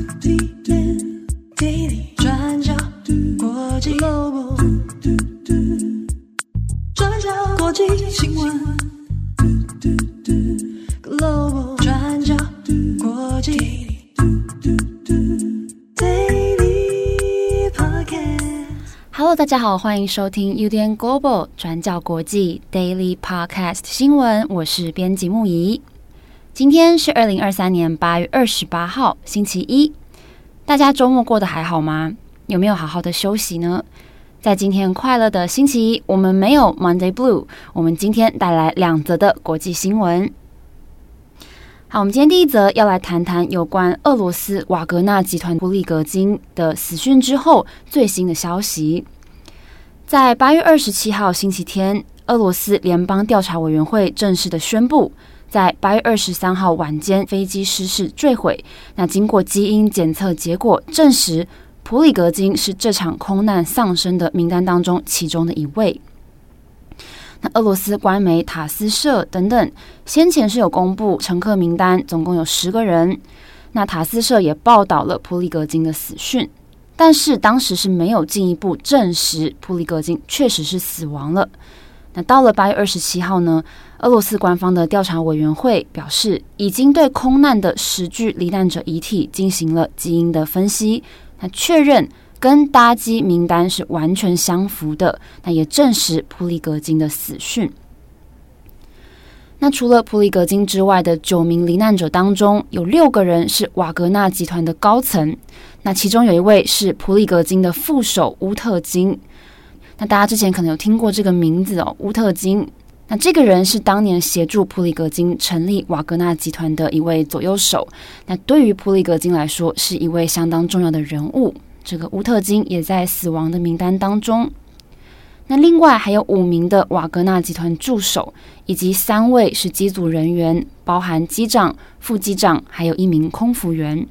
转角国际 Global 转角国际新闻 Global 转角国际 Daily Podcast。Hello， 大家好，欢迎收听 UDN Global 转角国际 Daily Podcast 新闻，我是编辑木仪。今天是2023年8月28号，星期一。大家周末过得还好吗？有没有好好的休息呢？在今天快乐的星期一，我们没有 Monday Blue， 我们今天带来2则的国际新闻。好，我们今天第一则要来谈谈有关俄罗斯瓦格纳集团普里格金的死讯之后最新的消息。在8月27号星期天，俄罗斯联邦调查委员会正式的宣布，在8月23号晚间飞机失事坠毁，那经过基因检测结果证实，普里格金是这场空难丧生的名单当中其中的一位。那俄罗斯官媒塔斯社等等先前是有公布乘客名单，总共有10个人。那塔斯社也报道了普里格金的死讯，但是当时是没有进一步证实普里格金确实是死亡了。那到了8月27号呢，俄罗斯官方的调查委员会表示，已经对空难的10具罹难者遗体进行了基因的分析，那确认跟搭机名单是完全相符的，那也证实普里格金的死讯。那除了普里格金之外的9名罹难者当中，有6个人是瓦格纳集团的高层，那其中有一位是普里格金的副手乌特金。那大家之前可能有听过这个名字哦，乌特金。那这个人是当年协助普里格金成立瓦格纳集团的一位左右手，那对于普里格金来说是一位相当重要的人物。这个乌特金也在死亡的名单当中。那另外还有5名的瓦格纳集团助手，以及3位是机组人员，包含机长、副机长，还有1名空服员。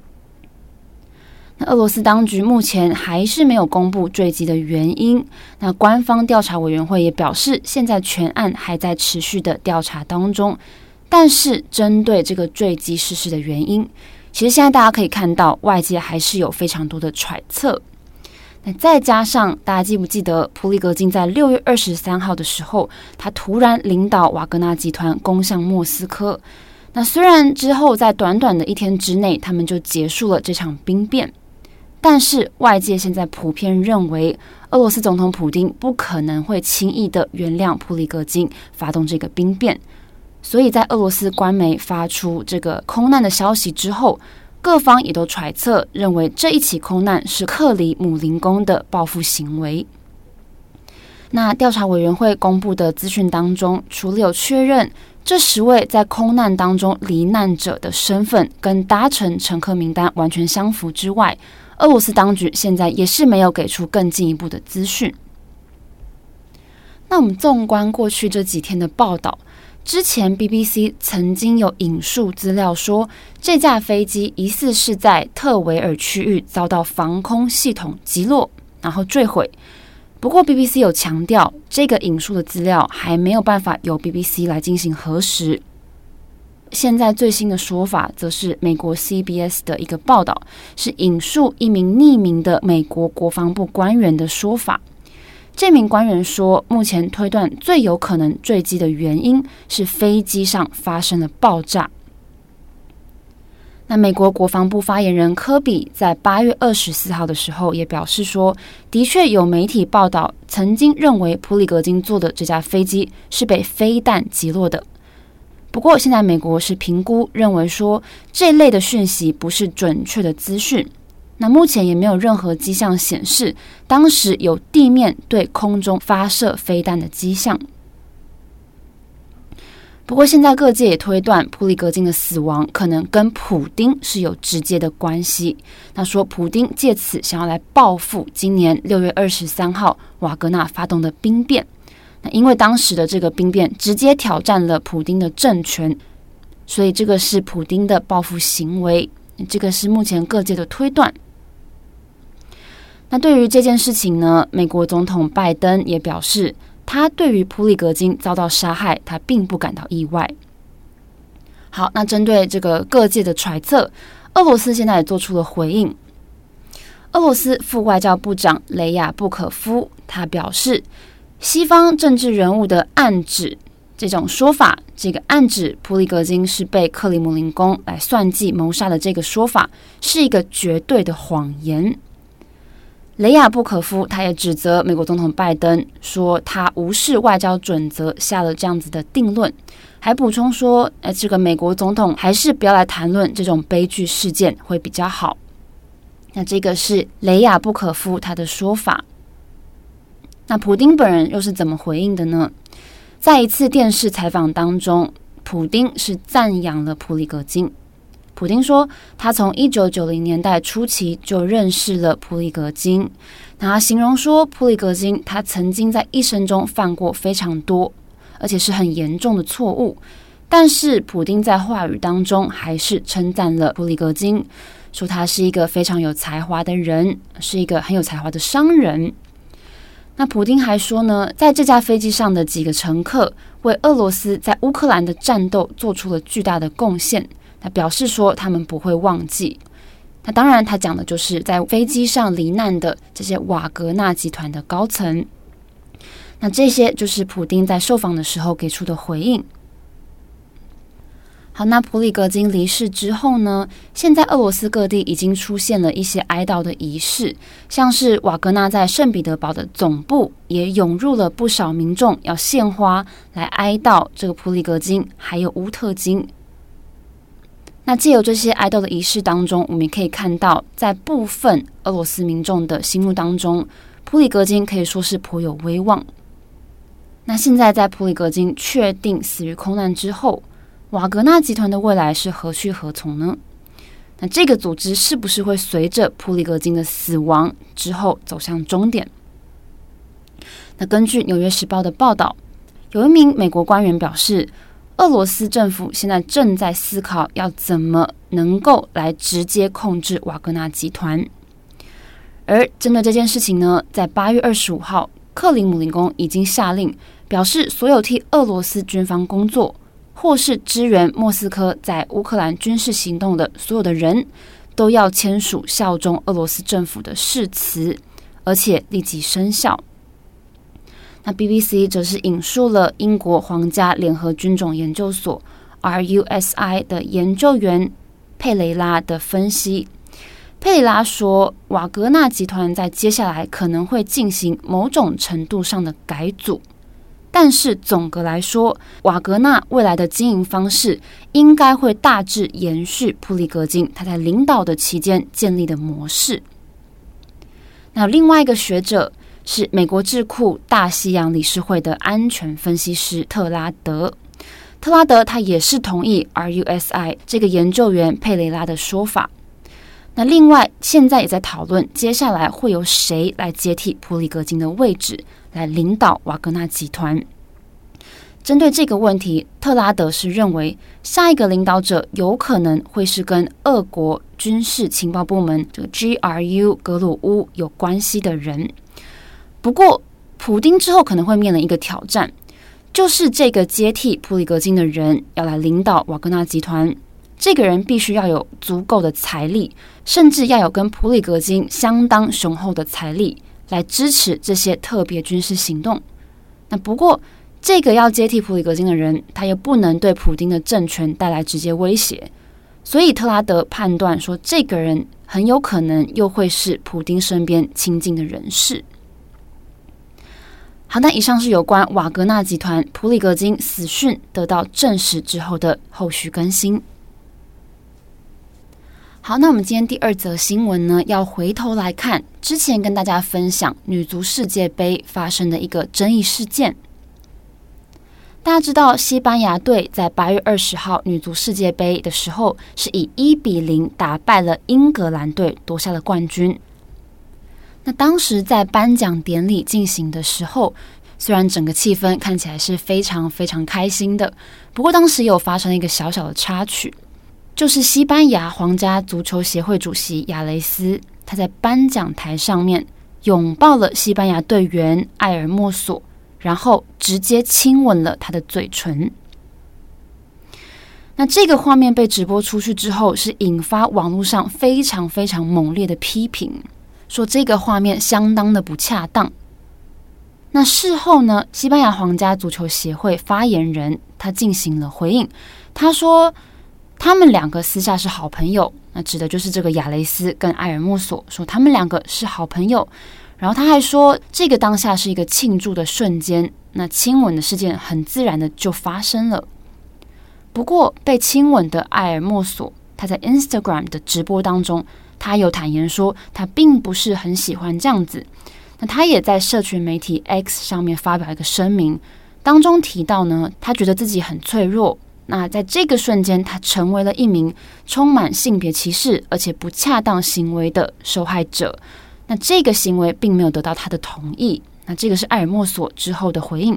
那俄罗斯当局目前还是没有公布坠机的原因。那官方调查委员会也表示，现在全案还在持续的调查当中。但是针对这个坠机失事的原因，其实现在大家可以看到，外界还是有非常多的揣测。那再加上大家记不记得，普里格金在6月23号的时候，他突然领导瓦格纳集团攻向莫斯科。那虽然之后在短短的1天之内，他们就结束了这场兵变，但是外界现在普遍认为，俄罗斯总统普丁不可能会轻易的原谅普里格金发动这个兵变。所以在俄罗斯官媒发出这个空难的消息之后，各方也都揣测认为这一起空难是克里姆林宫的报复行为。那调查委员会公布的资讯当中，除了有确认这10位在空难当中罹难者的身份跟搭乘乘客名单完全相符之外，俄罗斯当局现在也是没有给出更进一步的资讯。那我们纵观过去这几天的报道，之前 BBC 曾经有引述资料说，这架飞机疑似是在特维尔区域遭到防空系统击落，然后坠毁。不过 BBC 有强调，这个引述的资料还没有办法由 BBC 来进行核实。现在最新的说法则是美国 CBS 的一个报道，是引述一名匿名的美国国防部官员的说法。这名官员说，目前推断最有可能坠机的原因是飞机上发生了爆炸。那美国国防部发言人科比在8月24号的时候也表示说，的确有媒体报道曾经认为普里格金坐的这架飞机是被飞弹击落的。不过现在美国是评估认为说，这类的讯息不是准确的资讯。那目前也没有任何迹象显示当时有地面对空中发射飞弹的迹象。不过现在各界也推断，普里格金的死亡可能跟普丁是有直接的关系。那说普丁借此想要来报复今年6月23号瓦格纳发动的兵变。那因为当时的这个兵变直接挑战了普丁的政权，所以这个是普丁的报复行为。这个是目前各界的推断。那对于这件事情呢，美国总统拜登也表示，他对于普里格金遭到杀害，他并不感到意外。好，那针对这个各界的揣测， 俄罗斯现在也做出了回应。俄罗斯副外交部长雷亚布可夫他表示，西方政治人物的暗指这种说法，这个暗指普里格金是被克里姆林宫来算计谋杀的这个说法，是一个绝对的谎言。雷亚布可夫他也指责美国总统拜登说他无视外交准则下了这样子的定论，还补充说这个美国总统还是不要来谈论这种悲剧事件会比较好。那这个是雷亚布可夫他的说法。那普丁本人又是怎么回应的呢？在一次电视采访当中，普丁是赞扬了普里格金。普丁说他从1990年代初期就认识了普里格金，那他形容说普里格金他曾经在一生中犯过非常多而且是很严重的错误，但是普丁在话语当中还是称赞了普里格金，说他是一个非常有才华的人，是一个很有才华的商人。那普丁还说呢，在这架飞机上的几个乘客为俄罗斯在乌克兰的战斗做出了巨大的贡献，他表示说他们不会忘记。那当然他讲的就是在飞机上罹难的这些瓦格纳集团的高层。那这些就是普丁在受访的时候给出的回应。好，那普里格金离世之后呢，现在俄罗斯各地已经出现了一些哀悼的仪式，像是瓦格纳在圣彼得堡的总部也涌入了不少民众要献花来哀悼这个普里格金还有乌特金。那藉由这些哀悼的仪式当中，我们也可以看到在部分俄罗斯民众的心目当中，普里格金可以说是颇有威望。那现在在普里格金确定死于空难之后，瓦格纳集团的未来是何去何从呢？那这个组织是不是会随着普里格金的死亡之后走向终点？那根据《纽约时报》的报道，有一名美国官员表示，俄罗斯政府现在正在思考要怎么能够来直接控制瓦格纳集团。而针对这件事情呢，在8月25号，克里姆林宫已经下令，表示所有替俄罗斯军方工作或是支援莫斯科在乌克兰军事行动的所有的人，都要签署效忠俄罗斯政府的誓词，而且立即生效。那 BBC 则是引述了英国皇家联合军种研究所 RUSI 的研究员佩雷拉的分析。佩雷拉说，瓦格纳集团在接下来可能会进行某种程度上的改组，但是总的来说，瓦格纳未来的经营方式应该会大致延续普里格金他在领导的期间建立的模式。那另外一个学者是美国智库大西洋理事会的安全分析师特拉德。特拉德他也是同意 RUSI 这个研究员佩雷拉的说法。那另外现在也在讨论接下来会由谁来接替普里格金的位置来领导瓦格纳集团。针对这个问题，特拉德是认为下一个领导者有可能会是跟俄国军事情报部门这个 GRU 格鲁乌有关系的人。不过普丁之后可能会面临一个挑战，就是这个接替普里格金的人要来领导瓦格纳集团，这个人必须要有足够的财力，甚至要有跟普里格金相当雄厚的财力来支持这些特别军事行动。那不过这个要接替普里格金的人，他又不能对普丁的政权带来直接威胁，所以特拉德判断说，这个人很有可能又会是普丁身边亲近的人士。好，那以上是有关瓦格纳集团普里格金死讯得到证实之后的后续更新。好，那我们今天第二则新闻呢，要回头来看之前跟大家分享女足世界杯发生的一个争议事件。大家知道西班牙队在8月20号女足世界杯的时候，是以1-0打败了英格兰队，夺下了冠军。那当时在颁奖典礼进行的时候，虽然整个气氛看起来是非常非常开心的，不过当时有发生一个小小的插曲，就是西班牙皇家足球协会主席亚雷斯，他在颁奖台上面拥抱了西班牙队员埃尔莫索，然后直接亲吻了他的嘴唇。 那这个画面被直播出去之后，是引发网络上非常非常猛烈的批评，说这个画面相当的不恰当。那事后呢，西班牙皇家足球协会发言人他进行了回应，他说他们两个私下是好朋友，那指的就是这个亚雷斯跟埃尔莫索，说他们两个是好朋友。然后他还说这个当下是一个庆祝的瞬间，那亲吻的事件很自然的就发生了。不过被亲吻的埃尔莫索，他在 Instagram 的直播当中，他有坦言说他并不是很喜欢这样子。那他也在社群媒体 X 上面发表一个声明，当中提到呢，他觉得自己很脆弱。那在这个瞬间，他成为了一名充满性别歧视而且不恰当行为的受害者。那这个行为并没有得到他的同意。那这个是埃尔莫索之后的回应。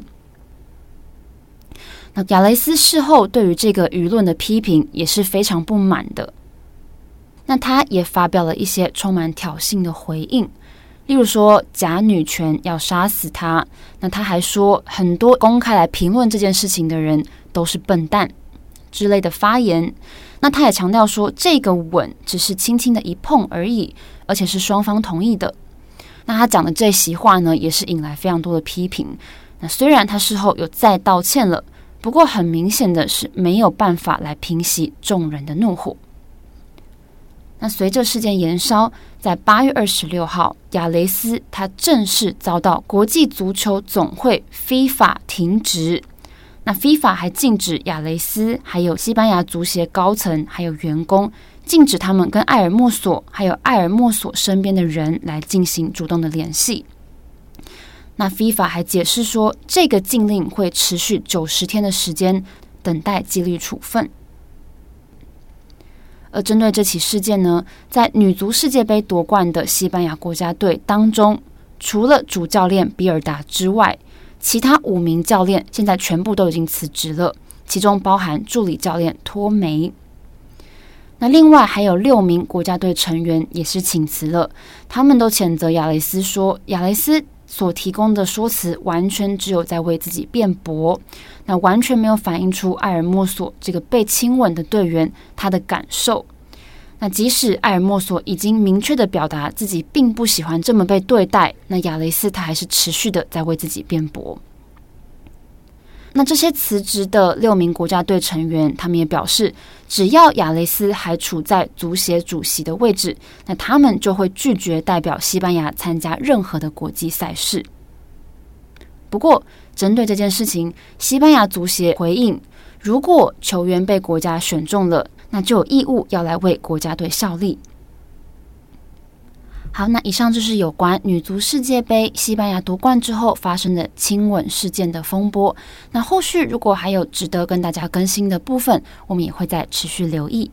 那亚雷斯事后对于这个舆论的批评也是非常不满的。那他也发表了一些充满挑衅的回应。例如说假女权要杀死他，那他还说很多公开来评论这件事情的人都是笨蛋之类的发言。那他也强调说这个吻只是轻轻的一碰而已，而且是双方同意的。那他讲的这席话呢，也是引来非常多的批评。那虽然他事后有再道歉了，不过很明显的是没有办法来平息众人的怒火。那随着事件延烧，在8月26号，亚雷斯他正式遭到国际足球总会 FIFA 停职。那 FIFA 还禁止亚雷斯还有西班牙足协高层还有员工，禁止他们跟埃尔莫索还有埃尔莫索身边的人来进行主动的联系。那 FIFA 还解释说，这个禁令会持续90天的时间，等待纪律处分。而针对这起事件呢，在女足世界杯夺冠的西班牙国家队当中，除了主教练比尔达之外，其他5名教练现在全部都已经辞职了，其中包含助理教练托梅。那另外还有6名国家队成员也是请辞了，他们都谴责亚雷斯说，亚雷斯所提供的说辞完全只有在为自己辩驳，那完全没有反映出埃尔莫索这个被亲吻的队员他的感受。那即使埃尔莫索已经明确的表达自己并不喜欢这么被对待，那亚雷斯他还是持续的在为自己辩驳。那这些辞职的6名国家队成员，他们也表示，只要亚雷斯还处在足协主席的位置，那他们就会拒绝代表西班牙参加任何的国际赛事。不过，针对这件事情，西班牙足协回应，如果球员被国家选中了，那就有义务要来为国家队效力。好，那以上就是有关女足世界杯西班牙夺冠之后发生的亲吻事件的风波。那后续如果还有值得跟大家更新的部分，我们也会再持续留意。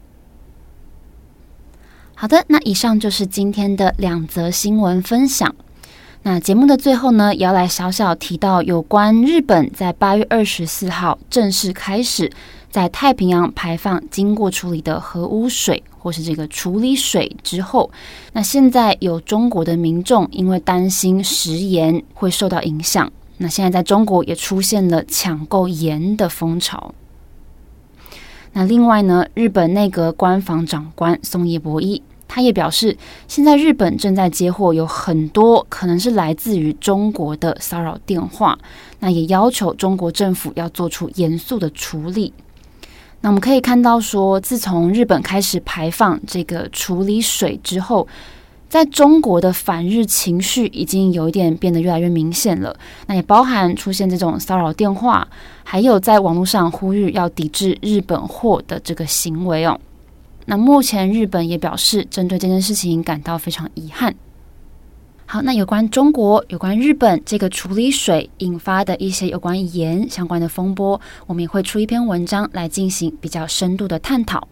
好的，那以上就是今天的2则新闻分享。那节目的最后呢，也要来小小提到有关日本在8月24号正式开始在太平洋排放经过处理的核污水或是这个处理水之后，那现在有中国的民众因为担心食盐会受到影响，那现在在中国也出现了抢购盐的风潮。那另外呢，日本内阁官房长官松野博一他也表示，现在日本正在接获有很多可能是来自于中国的骚扰电话，那也要求中国政府要做出严肃的处理。那我们可以看到说，自从日本开始排放这个处理水之后，在中国的反日情绪已经有一点变得越来越明显了。那也包含出现这种骚扰电话，还有在网络上呼吁要抵制日本货的这个行为哦。那目前日本也表示针对这件事情感到非常遗憾。好，那有关中国、有关日本这个处理水引发的一些有关盐相关的风波，我们也会出一篇文章来进行比较深度的探讨。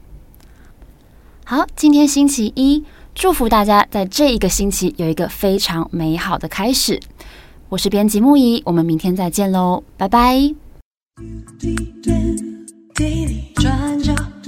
好，今天星期一，祝福大家在这一个星期有一个非常美好的开始。我是编辑木仪，我们明天再见喽，拜拜。转角